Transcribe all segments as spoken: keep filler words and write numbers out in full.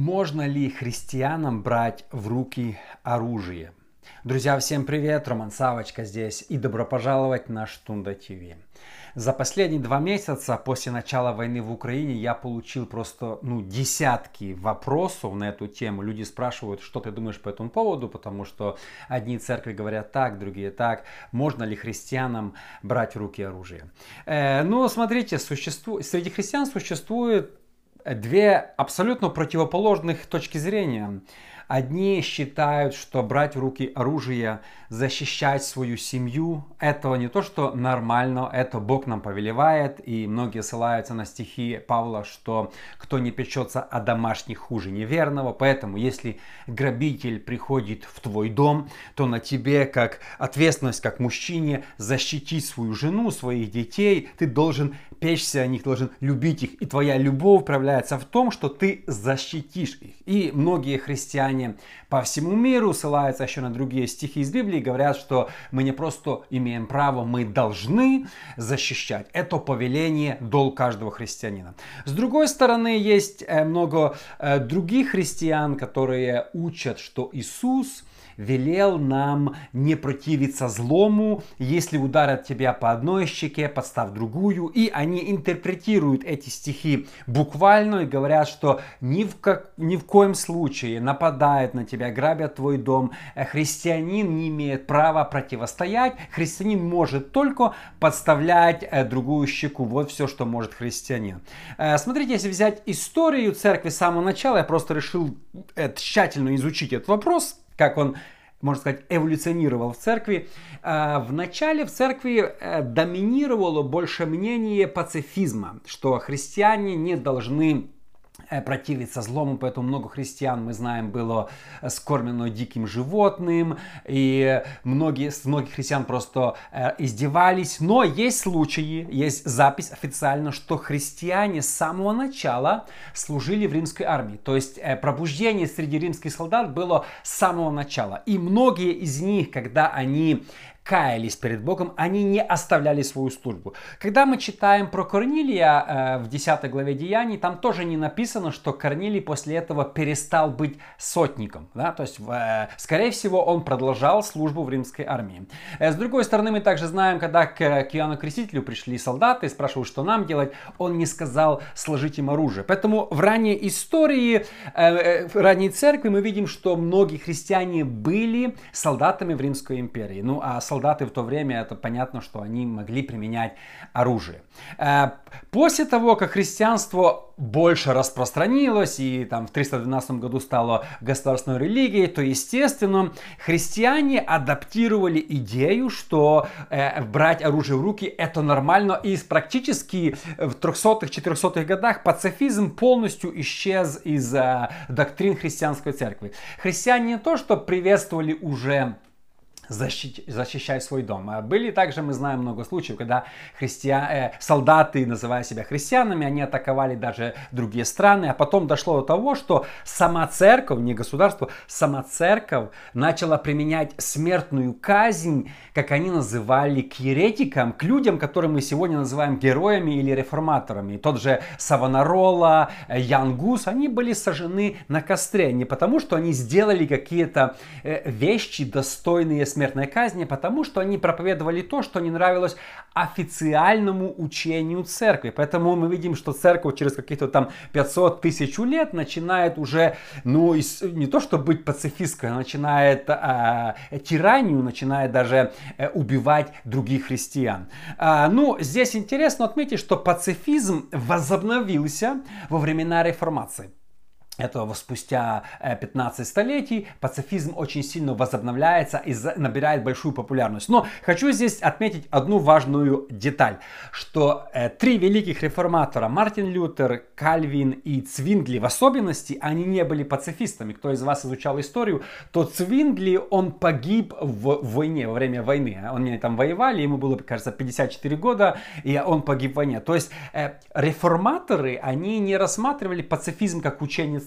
Можно ли христианам брать в руки оружие? Друзья, всем привет! Роман Савочка здесь и добро пожаловать на Штунда ТВ. За последние два месяца после начала войны в Украине я получил просто ну, десятки вопросов на эту тему. Люди спрашивают, что ты думаешь по этому поводу, потому что одни церкви говорят так, другие так. Можно ли христианам брать в руки оружие? Э, ну, смотрите, существу... среди христиан существует две абсолютно противоположных точки зрения. Одни считают, что брать в руки оружие, защищать свою семью, это не то, что нормально, это Бог нам повелевает. И многие ссылаются на стихи Павла, что кто не печется о домашних, хуже неверного. Поэтому, если грабитель приходит в твой дом, то на тебе, как ответственность, как мужчине, защитить свою жену, своих детей. Ты должен печься о них, должен любить их. И твоя любовь проявляется в том, что ты защитишь их. И многие христиане по всему миру ссылаются еще на другие стихи из Библии, говорят, что мы не просто имеем право, мы должны защищать. Это повеление, долг каждого христианина. С другой стороны, есть много других христиан, которые учат, что Иисус велел нам не противиться злому, если ударят тебя по одной щеке, подставь другую. И они интерпретируют эти стихи буквально и говорят, что ни в, как, ни в коем случае нападают на тебя, грабят твой дом. Христианин не имеет права противостоять. Христианин может только подставлять другую щеку. Вот все, что может христианин. Смотрите, если взять историю церкви с самого начала, я просто решил тщательно изучить этот вопрос, как он, можно сказать, эволюционировал в церкви. В начале в церкви доминировало больше мнение пацифизма, что христиане не должны противиться злому, поэтому много христиан, мы знаем, было скормлено диким животным, и многие, многих христиан просто издевались. Но есть случаи, есть запись официально, что христиане с самого начала служили в римской армии. То есть пробуждение среди римских солдат было с самого начала. И многие из них, когда они каялись перед Богом, они не оставляли свою службу. Когда мы читаем про Корнилия э, в десятой главе Деяний, там тоже не написано, что Корнилий после этого перестал быть сотником. Да? То есть, э, скорее всего, он продолжал службу в римской армии. Э, с другой стороны, мы также знаем, когда к, к Иоанну Крестителю пришли солдаты и спрашивают, что нам делать, он не сказал сложить им оружие. Поэтому в ранней истории, э, в ранней церкви мы видим, что многие христиане были солдатами в Римской империи. Ну, а солдаты в то время, это понятно, что они могли применять оружие. После того, как христианство больше распространилось и там в триста двенадцатом году стало государственной религией, то, естественно, христиане адаптировали идею, что э, брать оружие в руки это нормально. И практически в трехсотых-четырехсотых годах пацифизм полностью исчез из э, доктрин христианской церкви. Христиане не то, что приветствовали уже Защищать, защищать свой дом. Были также, мы знаем, много случаев, когда христиан, э, солдаты, называя себя христианами, они атаковали даже другие страны, а потом дошло до того, что сама церковь, не государство, сама церковь начала применять смертную казнь, как они называли, к еретикам, к людям, которые мы сегодня называем героями или реформаторами. Тот же Савонарола, Ян Гус, они были сожжены на костре, не потому, что они сделали какие-то э, вещи, достойные смертной казни, потому что они проповедовали то, что не нравилось официальному учению церкви. Поэтому мы видим, что церковь через каких-то там пятьсот тысяч лет начинает уже, ну, не то что быть пацифисткой, она начинает э, тиранию, начинает даже э, убивать других христиан. А, ну, здесь интересно отметить, что пацифизм возобновился во времена реформации. Это спустя пятнадцать столетий пацифизм очень сильно возобновляется и набирает большую популярность. Но хочу здесь отметить одну важную деталь, что э, три великих реформатора, Мартин Лютер, Кальвин и Цвингли в особенности, они не были пацифистами. Кто из вас изучал историю, то Цвингли, он погиб в войне, во время войны. Они там воевали, ему было, кажется, пятьдесят четыре года, и он погиб в войне. То есть э, реформаторы, они не рассматривали пацифизм как учение церкви.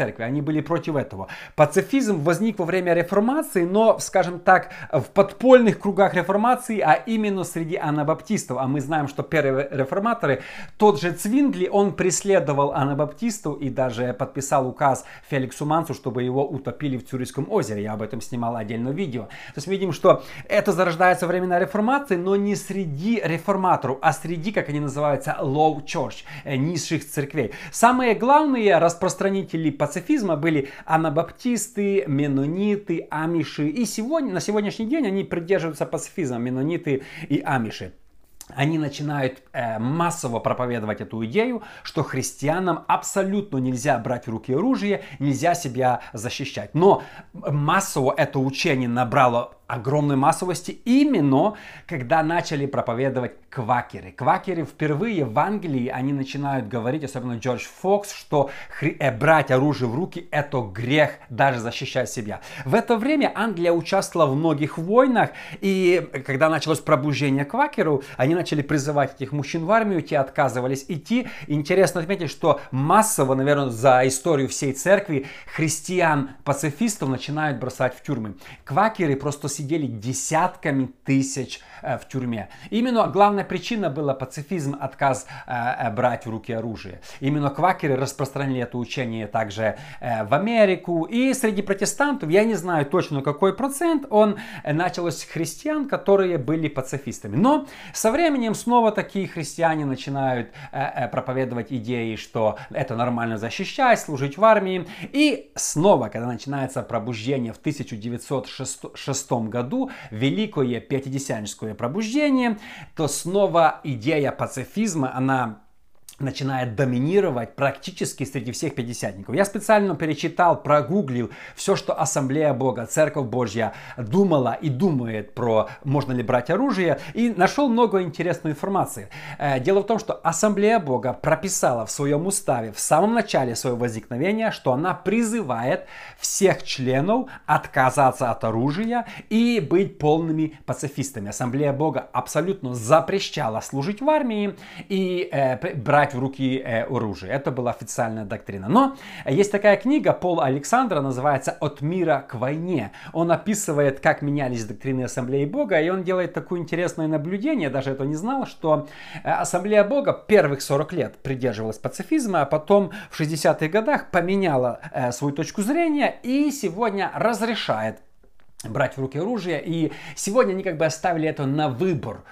церкви, они были против этого. Пацифизм возник во время реформации, но, скажем так, в подпольных кругах реформации, а именно среди анабаптистов. А мы знаем, что первые реформаторы, тот же Цвингли, он преследовал анабаптистов и даже подписал указ Феликсу Манцу, чтобы его утопили в Цюрихском озере. Я об этом снимал отдельное видео. То есть мы видим, что это зарождается во времена реформации, но не среди реформаторов, а среди, как они называются, low church, низших церквей. Самые главные распространители пацифизма были анабаптисты, меннониты, амиши. И сегодня, на сегодняшний день они придерживаются пацифизма, меннониты и амиши. Они начинают э, массово проповедовать эту идею, что христианам абсолютно нельзя брать в руки оружие, нельзя себя защищать. Но массово это учение набрало огромной массовости именно когда начали проповедовать квакеры. Квакеры впервые в Англии, они начинают говорить, особенно Джордж Фокс, что хри- э, брать оружие в руки это грех, даже защищать себя. В это время Англия участвовала в многих войнах, и когда началось пробуждение квакеров, они начали призывать этих мужчин в армию, те отказывались идти. Интересно отметить, что массово, наверное, за историю всей церкви христиан-пацифистов начинают бросать в тюрьмы. Квакеры просто сидели десятками тысяч э, в тюрьме. Именно главная причина была пацифизм, отказ э, брать в руки оружие. Именно квакеры распространили это учение также э, в Америку. И среди протестантов, я не знаю точно какой процент, он э, началось христиан, которые были пацифистами. Но со временем снова такие христиане начинают э, э, проповедовать идеи, что это нормально защищать, служить в армии. И снова, когда начинается пробуждение в тысяча девятьсот шестом году, Великое Пятидесятническое пробуждение, то снова идея пацифизма, она начинает доминировать практически среди всех пятидесятников. Я специально перечитал, прогуглил все, что Ассамблея Бога, Церковь Божья думала и думает про можно ли брать оружие, и нашел много интересной информации. Дело в том, что Ассамблея Бога прописала в своем уставе в самом начале своего возникновения, что она призывает всех членов отказаться от оружия и быть полными пацифистами. Ассамблея Бога абсолютно запрещала служить в армии и э, брать в руки э, оружие. Это была официальная доктрина. Но есть такая книга Пола Александра, называется «От мира к войне». Он описывает, как менялись доктрины Ассамблеи Бога, и он делает такое интересное наблюдение, даже это не знал, что Ассамблея Бога первых сорок лет придерживалась пацифизма, а потом в шестидесятых годах поменяла э, свою точку зрения и сегодня разрешает брать в руки оружие. И сегодня они как бы оставили это на выбор.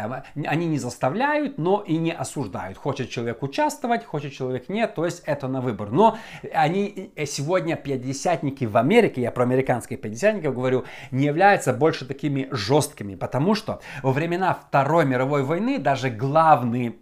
Они не заставляют, но и не осуждают. Хочет человек участвовать, хочет человек нет. То есть это на выбор. Но они сегодня, пятидесятники в Америке, я про американских пятидесятников говорю, не являются больше такими жесткими. Потому что во времена Второй мировой войны даже главный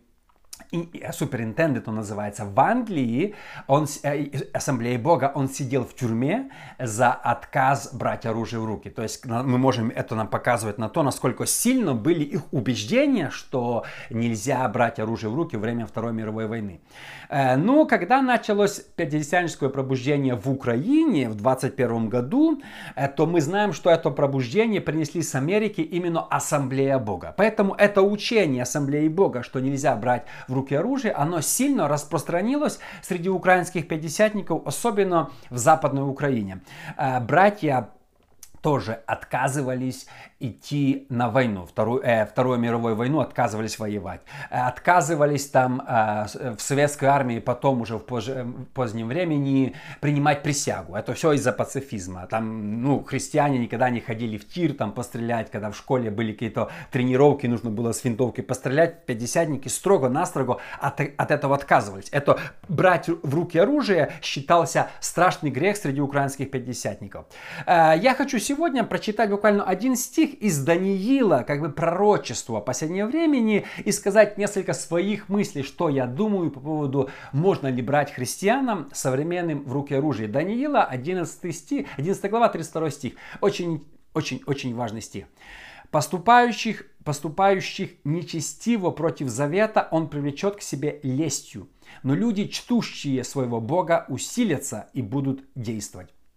и суперинтендент, он называется, в Англии, он, Ассамблеи Бога, он сидел в тюрьме за отказ брать оружие в руки. То есть мы можем, это нам показывать на то, насколько сильно были их убеждения, что нельзя брать оружие в руки во время Второй мировой войны. Но когда началось пятидесятническое пробуждение в Украине в двадцать первом году, то мы знаем, что это пробуждение принесли с Америки именно Ассамблея Бога. Поэтому это учение Ассамблеи Бога, что нельзя брать в руки оружие, оно сильно распространилось среди украинских пятидесятников, особенно в Западной Украине. Братья тоже отказывались идти на войну, Вторую, э, Вторую мировую войну отказывались воевать. Отказывались там э, в советской армии потом уже в, позже, в позднем времени принимать присягу. Это все из-за пацифизма. Там, ну, христиане никогда не ходили в тир там пострелять, когда в школе были какие-то тренировки, нужно было с винтовки пострелять. Пятидесятники строго-настрого от, от этого отказывались. Это брать в руки оружие считался страшный грех среди украинских пятидесятников. Э, я хочу сегодня прочитать буквально один стих из Даниила, как бы пророчество последнего времени, и сказать несколько своих мыслей, что я думаю по поводу, можно ли брать христианам современным в руки оружие. Даниила, одиннадцатый стих, одиннадцатая глава, тридцать второй стих. Очень, очень, очень важный стих. Поступающих, поступающих нечестиво против завета он привлечет к себе лестью, но люди, чтущие своего Бога, усилятся и будут действовать.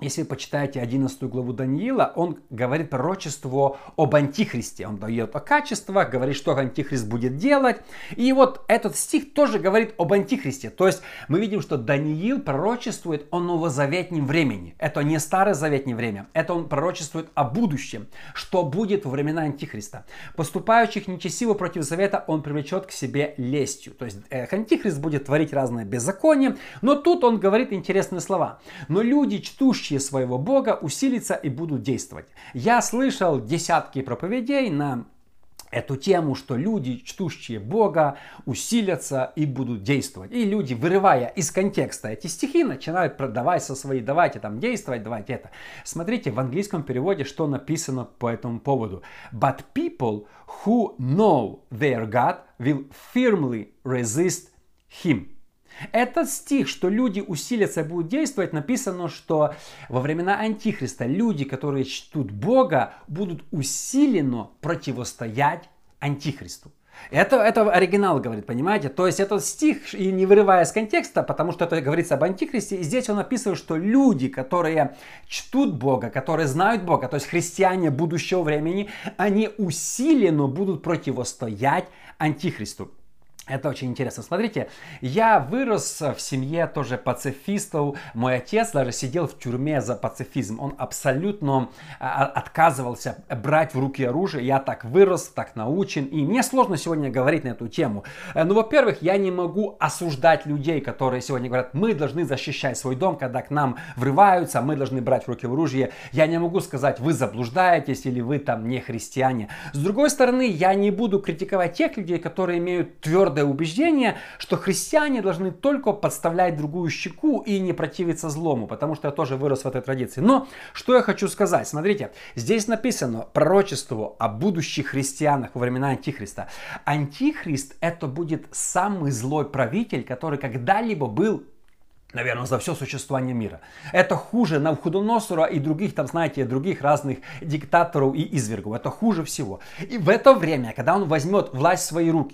Если вы почитаете одиннадцатую главу Даниила, он говорит пророчество об Антихристе. Он дает о качествах, говорит, что Антихрист будет делать. И вот этот стих тоже говорит об Антихристе. То есть мы видим, что Даниил пророчествует о новозаветнем времени. Это не старозаветнее время. Это он пророчествует о будущем, что будет во времена Антихриста. Поступающих нечестиво против завета он привлечет к себе лестью. То есть Антихрист будет творить разные беззакония. Но тут он говорит интересные слова. Но люди, чтущие своего Бога, усилятся и будут действовать. Я слышал десятки проповедей на эту тему, что люди, чтущие Бога, усилятся и будут действовать. И люди, вырывая из контекста эти стихи, начинают продавать со своей, давайте там действовать, давайте это. Смотрите, в английском переводе, что написано по этому поводу. But people who know their God will firmly resist him. Этот стих, что люди усилятся и будут действовать, написано, что во времена Антихриста люди, которые чтут Бога, будут усиленно противостоять Антихристу. Это, это оригинал говорит, понимаете? То есть этот стих, и не вырывая из контекста, потому что это говорится об Антихристе, и здесь он описывает, что люди, которые чтут Бога, которые знают Бога, то есть христиане будущего времени, они усиленно будут противостоять Антихристу. Это очень интересно. Смотрите, я вырос в семье тоже пацифистов. Мой отец даже сидел в тюрьме за пацифизм. Он абсолютно отказывался брать в руки оружие. Я так вырос, так научен. И мне сложно сегодня говорить на эту тему. Ну, во-первых, я не могу осуждать людей, которые сегодня говорят, мы должны защищать свой дом, когда к нам врываются, мы должны брать в руки оружие. Я не могу сказать, вы заблуждаетесь или вы там не христиане. С другой стороны, я не буду критиковать тех людей, которые имеют твердое убеждение, что христиане должны только подставлять другую щеку и не противиться злому, потому что я тоже вырос в этой традиции. Но что я хочу сказать, смотрите, здесь написано пророчество о будущих христианах во времена Антихриста. Антихрист это будет самый злой правитель, который когда-либо был, наверное, за все существование мира. Это хуже Навуходоносора и других, там, знаете, других разных диктаторов и извергов. Это хуже всего. И в это время, когда он возьмет власть в свои руки,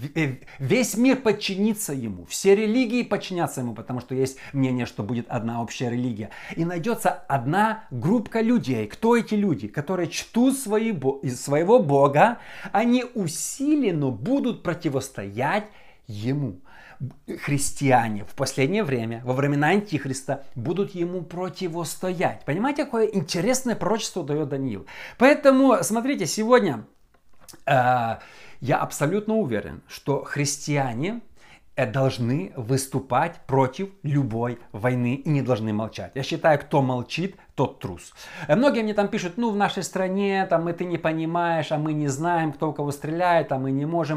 весь мир подчинится ему, все религии подчинятся ему, потому что есть мнение, что будет одна общая религия. И найдется одна группа людей. Кто эти люди? Которые чтут свои, своего Бога, они усиленно будут противостоять ему. Христиане в последнее время, во времена Антихриста, будут ему противостоять. Понимаете, какое интересное пророчество дает Даниил. Поэтому, смотрите, сегодня э, я абсолютно уверен, что христиане должны выступать против любой войны и не должны молчать. Я считаю, кто молчит, тот трус. Многие мне там пишут, ну в нашей стране, там, и ты не понимаешь, а мы не знаем, кто у кого стреляет, а мы не можем.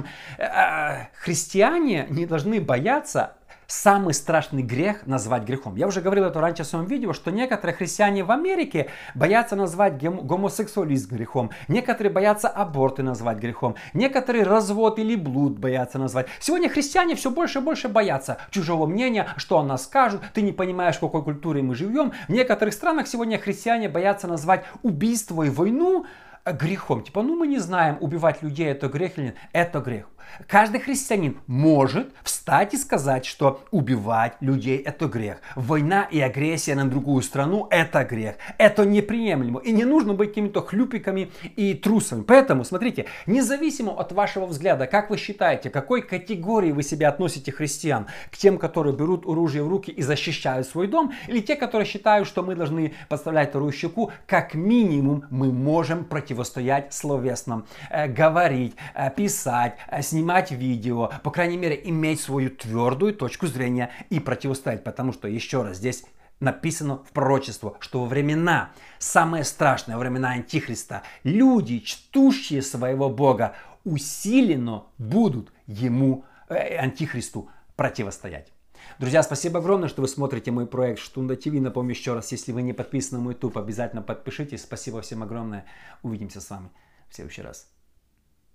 Христиане не должны бояться самый страшный грех назвать грехом. Я уже говорил это раньше в своем видео, что некоторые христиане в Америке боятся назвать гомосексуализм грехом, некоторые боятся аборты назвать грехом, некоторые развод или блуд боятся назвать. Сегодня христиане все больше и больше боятся чужого мнения, что о нас скажут, ты не понимаешь, в какой культуре мы живем. В некоторых странах сегодня христиане боятся назвать убийство и войну грехом. Типа, ну мы не знаем, убивать людей это грех или нет. Это грех. Каждый христианин может встать и сказать, что убивать людей это грех. Война и агрессия на другую страну это грех. Это неприемлемо. И не нужно быть какими-то хлюпиками и трусами. Поэтому, смотрите, независимо от вашего взгляда, как вы считаете, к какой категории вы себя относите христиан? К тем, которые берут оружие в руки и защищают свой дом? Или те, которые считают, что мы должны подставлять вторую щеку? Как минимум мы можем противостоять словесно, э, говорить, э, писать, э, снимать видео, по крайней мере, иметь свою твердую точку зрения и противостоять. Потому что, еще раз, здесь написано в пророчестве, что во времена, самые страшные, во времена Антихриста, люди, чтущие своего Бога, усиленно будут ему, э, Антихристу, противостоять. Друзья, спасибо огромное, что вы смотрите мой проект Штунда ТВ. Напомню еще раз, если вы не подписаны на мой YouTube, обязательно подпишитесь. Спасибо всем огромное. Увидимся с вами в следующий раз.